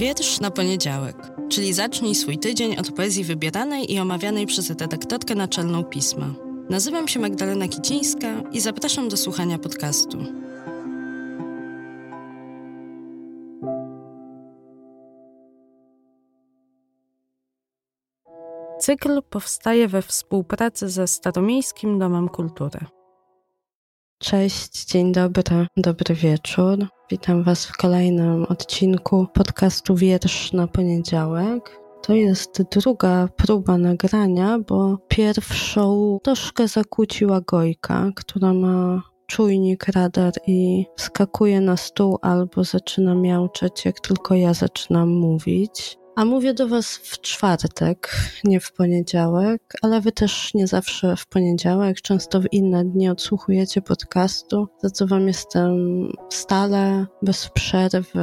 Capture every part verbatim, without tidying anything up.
Wiersz na poniedziałek, czyli zacznij swój tydzień od poezji wybieranej i omawianej przez redaktorkę naczelną pisma. Nazywam się Magdalena Kicińska i zapraszam do słuchania podcastu. Cykl powstaje we współpracy ze Staromiejskim Domem Kultury. Cześć, dzień dobry, dobry wieczór. Witam Was w kolejnym odcinku podcastu Wiersz na poniedziałek. To jest druga próba nagrania, bo pierwszą troszkę zakłóciła Gojka, która ma czujnik, radar i wskakuje na stół albo zaczyna miauczeć, jak tylko ja zaczynam mówić. A mówię do Was w czwartek, nie w poniedziałek, ale Wy też nie zawsze w poniedziałek, często w inne dni odsłuchujecie podcastu, za co Wam jestem stale, bez przerwy,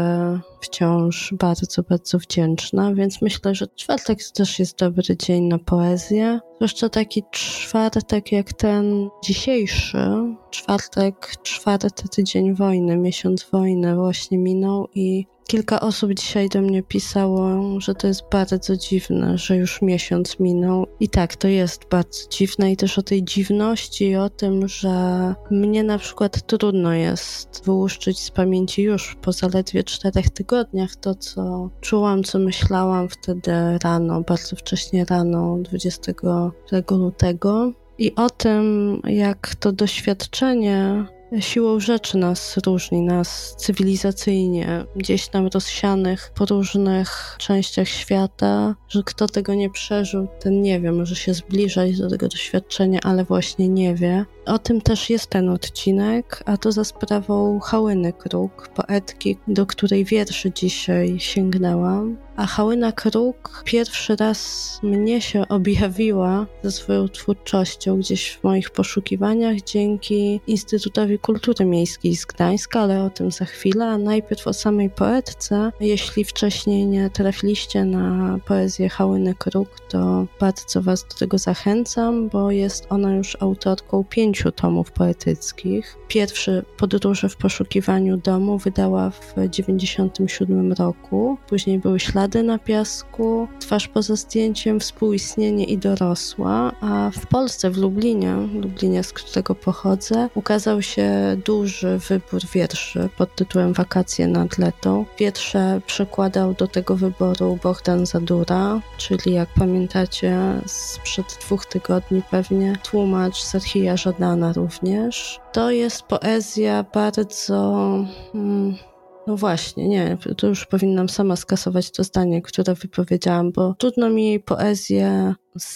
wciąż bardzo, bardzo wdzięczna, więc myślę, że czwartek to też jest dobry dzień na poezję, zwłaszcza taki czwartek jak ten dzisiejszy, czwartek, czwarty tydzień wojny, miesiąc wojny właśnie minął i kilka osób dzisiaj do mnie pisało, że to jest bardzo dziwne, że już miesiąc minął. I tak, to jest bardzo dziwne i też o tej dziwności i o tym, że mnie na przykład trudno jest wyłuszczyć z pamięci już po zaledwie czterech tygodniach to, co czułam, co myślałam wtedy rano, bardzo wcześnie rano, dwudziestego lutego. I o tym, jak to doświadczenie siłą rzeczy nas różni, nas cywilizacyjnie, gdzieś tam rozsianych po różnych częściach świata, że kto tego nie przeżył, ten nie wie, może się zbliżać do tego doświadczenia, ale właśnie nie wie. O tym też jest ten odcinek, a to za sprawą Hałyny Kruk, poetki, do której wierszy dzisiaj sięgnęłam. A Hałyna Kruk pierwszy raz mnie się objawiła ze swoją twórczością gdzieś w moich poszukiwaniach dzięki Instytutowi Kultury Miejskiej z Gdańska, ale o tym za chwilę, a najpierw o samej poetce. Jeśli wcześniej nie trafiliście na poezję Hałyny Kruk, to bardzo Was do tego zachęcam, bo jest ona już autorką pięciu tomów poetyckich. Pierwszy Podróże w poszukiwaniu domu wydała w dziewięćdziesiątym siódmym roku, później były Ślady na piasku, Twarz poza zdjęciem, Współistnienie i Dorosła, a w Polsce, w Lublinie, Lublinie, z którego pochodzę, ukazał się duży wybór wierszy pod tytułem Wakacje nad Letą. Wiersze przekładał do tego wyboru Bohdan Zadura, czyli jak pamiętacie sprzed dwóch tygodni pewnie tłumacz Serhija Żadana również. To jest poezja bardzo... Hmm, No właśnie, nie, to już powinnam sama skasować to zdanie, które wypowiedziałam, bo trudno mi jej poezję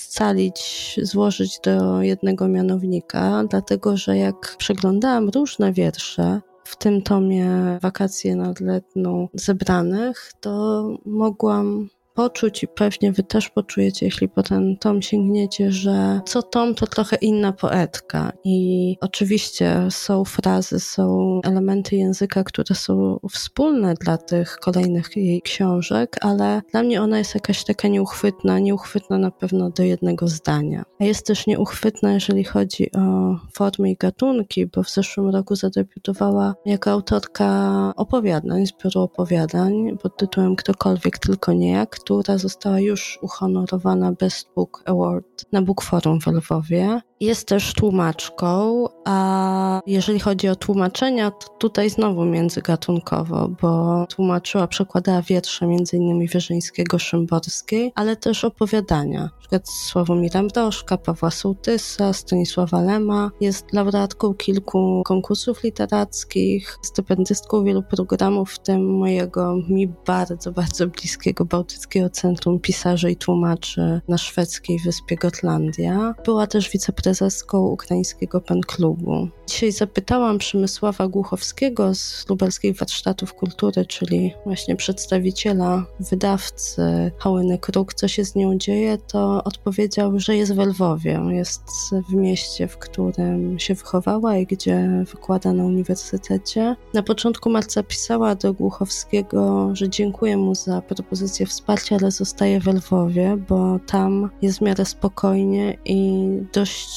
scalić, złożyć do jednego mianownika, dlatego że jak przeglądałam różne wiersze, w tym tomie Wakacje nad Letną zebranych, to mogłam poczuć i pewnie Wy też poczujecie, jeśli po ten tom sięgniecie, że co tom to trochę inna poetka i oczywiście są frazy, są elementy języka, które są wspólne dla tych kolejnych jej książek, ale dla mnie ona jest jakaś taka nieuchwytna, nieuchwytna na pewno do jednego zdania. A jest też nieuchwytna, jeżeli chodzi o formy i gatunki, bo w zeszłym roku zadebiutowała jako autorka opowiadań, zbioru opowiadań pod tytułem Ktokolwiek, tylko nie ja, która została już uhonorowana Best Book Award na Book Forum w Lwowie. Jest też tłumaczką, a jeżeli chodzi o tłumaczenia, to tutaj znowu międzygatunkowo, bo tłumaczyła, przekładała wiersze m.in. Wierzyńskiego, Szymborskiej, ale też opowiadania. Na przykład Sławomira Mrożka, Pawła Sołtysa, Stanisława Lema. Jest laureatką kilku konkursów literackich, stypendystką wielu programów, w tym mojego mi bardzo, bardzo bliskiego Bałtyckiego Centrum Pisarzy i Tłumaczy na szwedzkiej wyspie Gotlandia. Była też wiceprezeską ukraińskiego pen-klubu. Dzisiaj zapytałam Przemysława Głuchowskiego z Lubelskich Warsztatów Kultury, czyli właśnie przedstawiciela, wydawcy Hałyny Kruk, co się z nią dzieje, to odpowiedział, że jest we Lwowie. Jest w mieście, w którym się wychowała i gdzie wykłada na uniwersytecie. Na początku marca pisała do Głuchowskiego, że dziękuję mu za propozycję wsparcia, ale zostaje we Lwowie, bo tam jest w miarę spokojnie i dość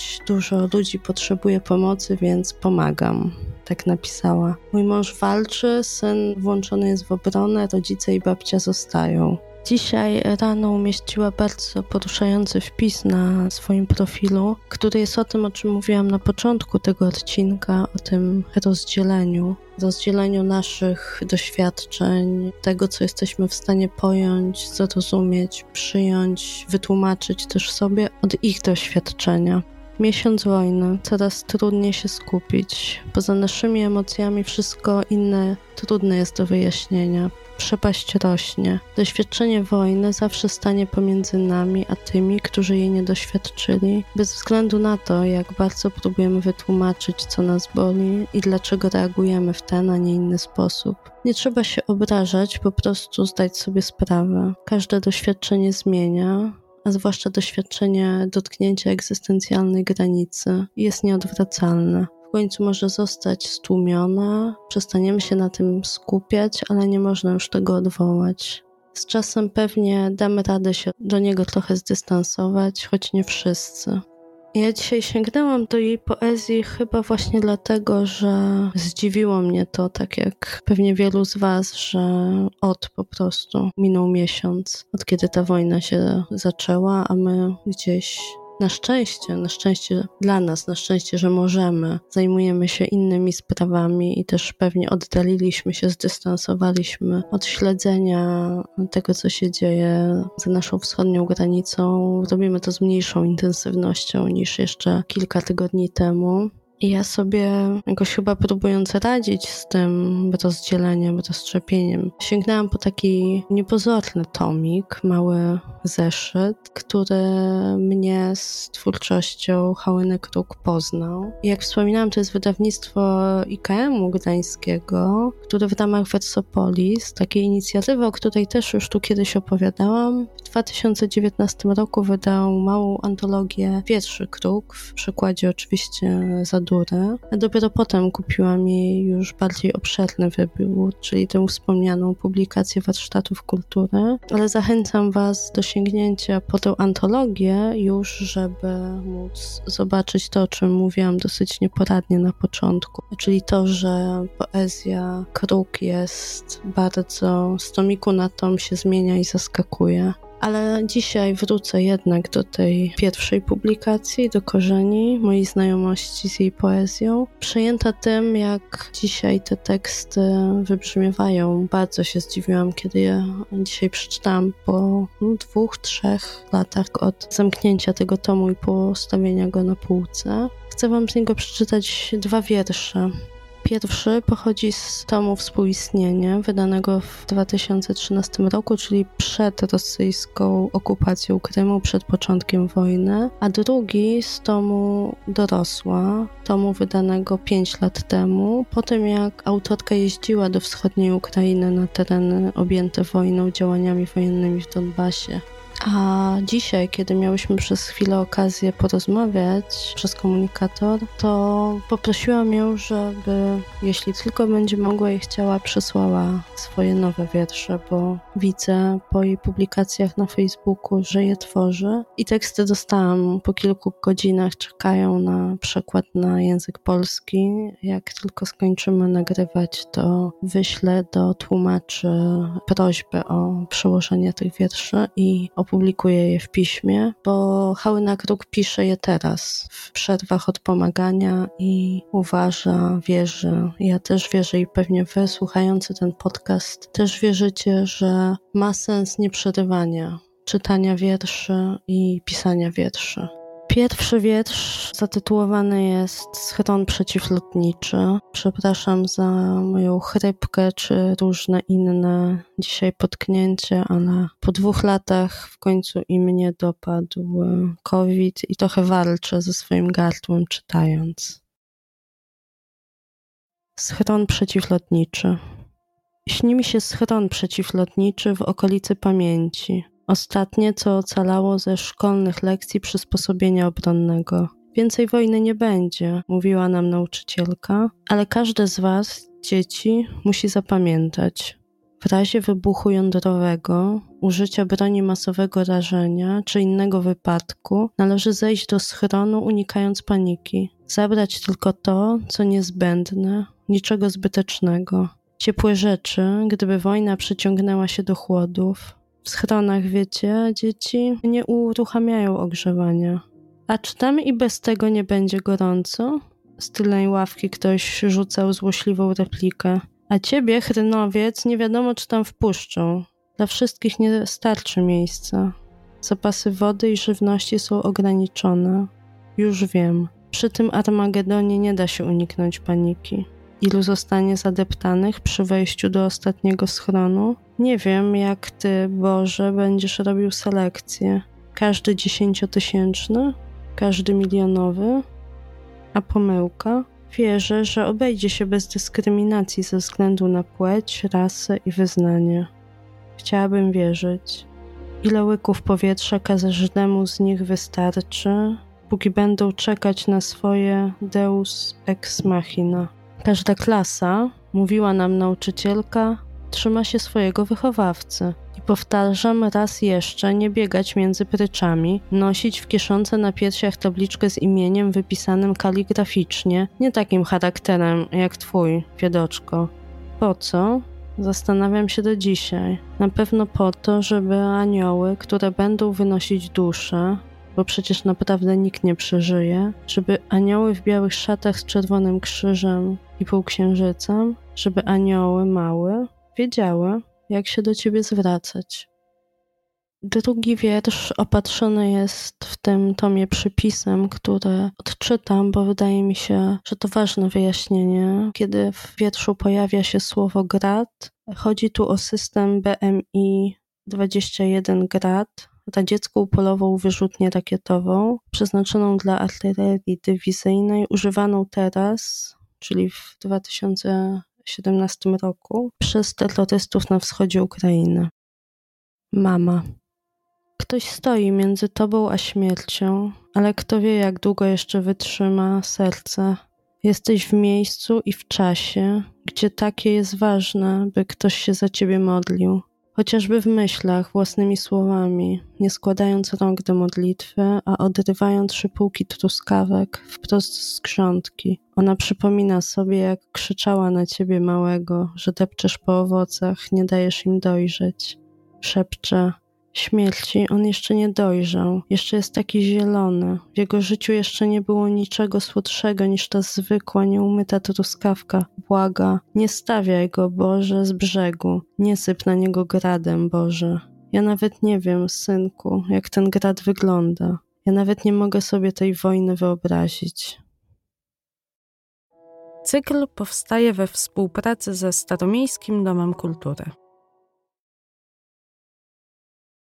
dość dużo ludzi potrzebuje pomocy, więc pomagam. Tak napisała. Mój mąż walczy, syn włączony jest w obronę, rodzice i babcia zostają. Dzisiaj rano umieściła bardzo poruszający wpis na swoim profilu, który jest o tym, o czym mówiłam na początku tego odcinka, o tym rozdzieleniu. Rozdzieleniu naszych doświadczeń, tego, co jesteśmy w stanie pojąć, zrozumieć, przyjąć, wytłumaczyć też sobie od ich doświadczenia. Miesiąc wojny, coraz trudniej się skupić. Poza naszymi emocjami wszystko inne trudne jest do wyjaśnienia. Przepaść rośnie. Doświadczenie wojny zawsze stanie pomiędzy nami a tymi, którzy jej nie doświadczyli, bez względu na to, jak bardzo próbujemy wytłumaczyć, co nas boli i dlaczego reagujemy w ten, a nie inny sposób. Nie trzeba się obrażać, po prostu zdać sobie sprawę. Każde doświadczenie zmienia, a zwłaszcza doświadczenie dotknięcia egzystencjalnej granicy jest nieodwracalne. W końcu może zostać stłumiona, przestaniemy się na tym skupiać, ale nie można już tego odwołać. Z czasem pewnie damy radę się do niego trochę zdystansować, choć nie wszyscy. Ja dzisiaj sięgnęłam do jej poezji chyba właśnie dlatego, że zdziwiło mnie to, tak jak pewnie wielu z was, że od po prostu minął miesiąc, od kiedy ta wojna się zaczęła, a my gdzieś na szczęście, na szczęście dla nas, na szczęście, że możemy, zajmujemy się innymi sprawami i też pewnie oddaliliśmy się, zdystansowaliśmy od śledzenia tego, co się dzieje za naszą wschodnią granicą. Robimy to z mniejszą intensywnością niż jeszcze kilka tygodni temu. I ja sobie jakoś chyba próbując radzić z tym rozdzieleniem, rozszczepieniem, sięgnęłam po taki niepozorny tomik, mały zeszyt, który mnie z twórczością Haliny Kruk poznał. I jak wspominałam, to jest wydawnictwo I K M-u gdańskiego, które w ramach Versopolis, takiej inicjatywy, o której też już tu kiedyś opowiadałam, w dwa tysiące dziewiętnastym roku wydał małą antologię wierszy Kruk, w przekładzie oczywiście Zadury. A dopiero potem kupiłam jej już bardziej obszerny wybór, czyli tę wspomnianą publikację warsztatów kultury, ale zachęcam was do sięgnięcia po tę antologię już, żeby móc zobaczyć to, o czym mówiłam dosyć nieporadnie na początku, czyli to, że poezja Kruk jest bardzo z tomiku na tom się zmienia i zaskakuje. Ale dzisiaj wrócę jednak do tej pierwszej publikacji, do korzeni mojej znajomości z jej poezją. Przejęta tym, jak dzisiaj te teksty wybrzmiewają. Bardzo się zdziwiłam, kiedy je dzisiaj przeczytałam po no, dwóch, trzech latach od zamknięcia tego tomu i postawienia go na półce. Chcę wam z niego przeczytać dwa wiersze. Pierwszy pochodzi z tomu Współistnienie, wydanego w dwa tysiące trzynastym roku, czyli przed rosyjską okupacją Krymu, przed początkiem wojny, a drugi z tomu Dorosła, tomu wydanego pięć lat temu, po tym jak autorka jeździła do wschodniej Ukrainy na tereny objęte wojną, działaniami wojennymi w Donbasie. A dzisiaj, kiedy miałyśmy przez chwilę okazję porozmawiać przez komunikator, to poprosiłam ją, żeby, jeśli tylko będzie mogła i chciała, przesłała swoje nowe wiersze, bo widzę po jej publikacjach na Facebooku, że je tworzy. I teksty dostałam po kilku godzinach, czekają na przekład na język polski. Jak tylko skończymy nagrywać, to wyślę do tłumaczy prośbę o przełożenie tych wierszy i opublikuję je w piśmie, bo Halina Kruk pisze je teraz, w przerwach od pomagania i uważa, wierzy. Ja też wierzę i pewnie wy, słuchający ten podcast, też wierzycie, że ma sens nieprzerywania czytania wierszy i pisania wierszy. Pierwszy wiersz zatytułowany jest Schron przeciwlotniczy. Przepraszam za moją chrypkę czy różne inne dzisiaj potknięcie, ale po dwóch latach w końcu i mnie dopadł COVID i trochę walczę ze swoim gardłem czytając. Schron przeciwlotniczy. Śni mi się schron przeciwlotniczy w okolicy pamięci. Ostatnie, co ocalało ze szkolnych lekcji przysposobienia obronnego. Więcej wojny nie będzie, mówiła nam nauczycielka, ale każde z was, dzieci, musi zapamiętać. W razie wybuchu jądrowego użycia broni masowego rażenia czy innego wypadku, należy zejść do schronu, unikając paniki. Zabrać tylko to, co niezbędne, niczego zbytecznego. Ciepłe rzeczy, gdyby wojna przyciągnęła się do chłodów. W schronach, wiecie, dzieci nie uruchamiają ogrzewania. A czy tam i bez tego nie będzie gorąco? Z tylnej ławki ktoś rzucał złośliwą replikę. A ciebie, chrynowiec, nie wiadomo, czy tam wpuszczą. Dla wszystkich nie starczy miejsca. Zapasy wody i żywności są ograniczone. Już wiem. Przy tym Armagedonie nie da się uniknąć paniki. Ilu zostanie zadeptanych przy wejściu do ostatniego schronu? Nie wiem, jak ty, Boże, będziesz robił selekcję. Każdy dziesięciotysięczny? Każdy milionowy? A pomyłka? Wierzę, że obejdzie się bez dyskryminacji ze względu na płeć, rasę i wyznanie. Chciałabym wierzyć. Ile łyków powietrza każdemu z nich wystarczy, póki będą czekać na swoje deus ex machina. Każda klasa, mówiła nam nauczycielka, trzyma się swojego wychowawcy. I powtarzam raz jeszcze, nie biegać między pryczami, nosić w kieszonce na piersiach tabliczkę z imieniem wypisanym kaligraficznie, nie takim charakterem jak twój, Wiedoczko. Po co? Zastanawiam się do dzisiaj. Na pewno po to, żeby anioły, które będą wynosić dusze, bo przecież naprawdę nikt nie przeżyje, żeby anioły w białych szatach z czerwonym krzyżem i półksiężycem, żeby anioły małe wiedziały, jak się do ciebie zwracać. Drugi wiersz opatrzony jest w tym tomie przypisem, który odczytam, bo wydaje mi się, że to ważne wyjaśnienie. Kiedy w wierszu pojawia się słowo grad, chodzi tu o system B M I dwadzieścia jeden grad, radziecką polową wyrzutnię rakietową, przeznaczoną dla artylerii dywizyjnej, używaną teraz, czyli w dwa tysiące siedemnastym roku, przez terrorystów na wschodzie Ukrainy. Mama. Ktoś stoi między tobą a śmiercią, ale kto wie, jak długo jeszcze wytrzyma serce. Jesteś w miejscu i w czasie, gdzie takie jest ważne, by ktoś się za ciebie modlił. Chociażby w myślach, własnymi słowami, nie składając rąk do modlitwy, a odrywając szypułki truskawek wprost z grządki. Ona przypomina sobie, jak krzyczała na ciebie małego, że depczesz po owocach, nie dajesz im dojrzeć. Szepcze: śmierci on jeszcze nie dojrzał, jeszcze jest taki zielony. W jego życiu jeszcze nie było niczego słodszego niż ta zwykła, nieumyta truskawka. Błaga: nie stawiaj go, Boże, z brzegu, nie syp na niego gradem, Boże. Ja nawet nie wiem, synku, jak ten grad wygląda. Ja nawet nie mogę sobie tej wojny wyobrazić. Cykl powstaje we współpracy ze Staromiejskim Domem Kultury.